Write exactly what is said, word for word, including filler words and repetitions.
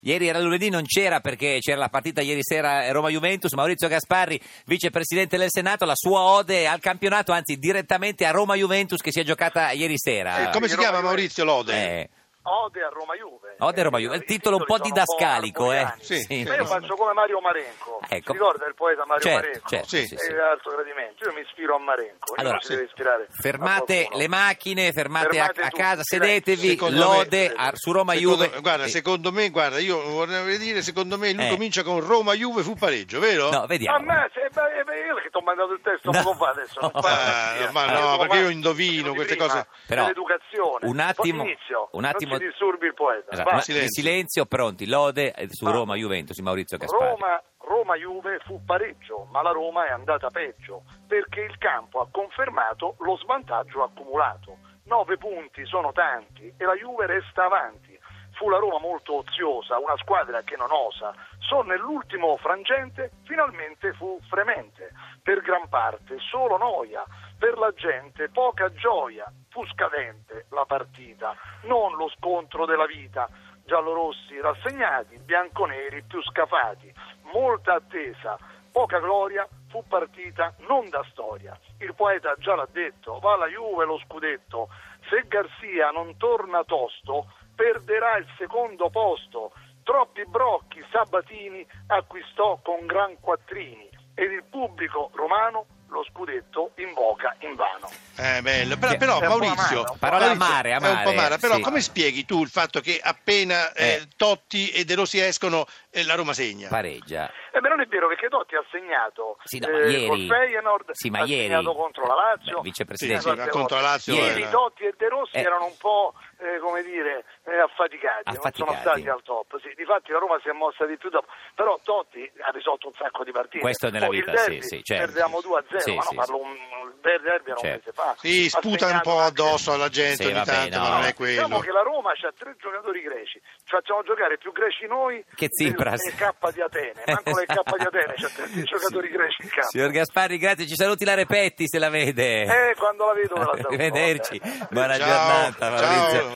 Ieri era lunedì, non c'era perché c'era la partita ieri sera Roma-Juventus. Maurizio Gasparri, vicepresidente del Senato, la sua ode al campionato, anzi direttamente a Roma-Juventus che si è giocata ieri sera. Eh, come si chiama, Maurizio, l'ode? Eh. Ode a Roma-Juve. Ode a Roma-Juve, il titolo un po' didascalico, eh. Sì, Sì. Ma io faccio come Mario Marenco. Ecco. Si ricorda il poeta Mario Certo, Marenco? certo, sì, sì, E sì. l'altro gradimento. Io mi ispiro a Marenco. Allora, Io si deve ispirare fermate a qualcuno. le macchine, fermate, Fermate a, a tutti, casa, silenzio. sedetevi, Secondo lode me- a- su Roma-Juve. Secondo, guarda, Eh, secondo me, guarda, io vorrei dire, secondo me lui Eh. comincia con Roma-Juve fu pareggio, vero? No, vediamo. Ammazza, eh, beh, eh, io che ti ho mandato il testo, No. poco fa adesso. Non No. parlo. Ah, ma Eh, no, devo perché io fare- indovino quello di queste prima, cose. Però, dell'educazione. un attimo- Inizio, un attimo- non ci disturbi il poeta. Esatto, Vai. ma- silenzio. di silenzio, pronti, lode eh, su Ah. Roma-Juventus, di Maurizio Gasparri. Roma, Roma-Juve fu pareggio, ma la Roma è andata peggio, perché il campo ha confermato lo svantaggio accumulato. Nove punti sono tanti e la Juve resta avanti. Fu la Roma molto oziosa, una squadra che non osa. Solo nell'ultimo frangente finalmente fu fremente. Per gran parte solo noia, per la gente poca gioia. Fu scadente la partita, non lo scontro della vita. Giallorossi rassegnati, bianconeri più scafati. Molta attesa, poca gloria, fu partita non da storia. Il poeta già l'ha detto, va la Juve lo scudetto. Se Garzia non torna tosto, perderà il secondo posto. Troppi brocchi Sabatini acquistò con gran quattrini ed il pubblico romano lo scudetto invoca invano. Eh, bello. Però, Che- però è un po' Maurizio, amaro. Parola Maurizio, amare, è un po' amare, amara, però sì. come spieghi tu il fatto che appena eh, Eh. Totti e De Rossi escono eh, la Roma segna? Pareggia. Eh beh, non è vero perché Totti ha segnato Sì, no, ma eh, ieri- col Feyenoord, Sì, ma ha ieri- segnato contro la Lazio. Beh, vicepresidente. Sì, sì, ma contro la Lazio Ieri era- Totti e De Rossi Eh. erano un po', eh, come dire, eh, affaticati, non sono Affaticati. stati al top. Sì, difatti la Roma si è mossa di più dopo, però Totti ha risolto un sacco di partite. Questo nella Poi vita, il sì, derby, sì, certo. Perdevamo due a zero, Sì, ma sì, no, parlo un, il derby era Certo. un mese fa. Sì, Ha sputa un segnato po' anche- addosso alla gente Sì, ogni vabbè, tanto, no. ma non è Diciamo quello. che la Roma c'ha tre giocatori greci, ci facciamo giocare più greci noi Che Tsipras. del K di Atene, manco nel K di Atene c'ha tre giocatori greci in campo. Signor Gasparri, grazie, ci saluti la Repetti se la vede. Eh, quando la vedo me la saluto. Arrivederci, vabbè. buona Ciao, giornata ciao. Maurizio.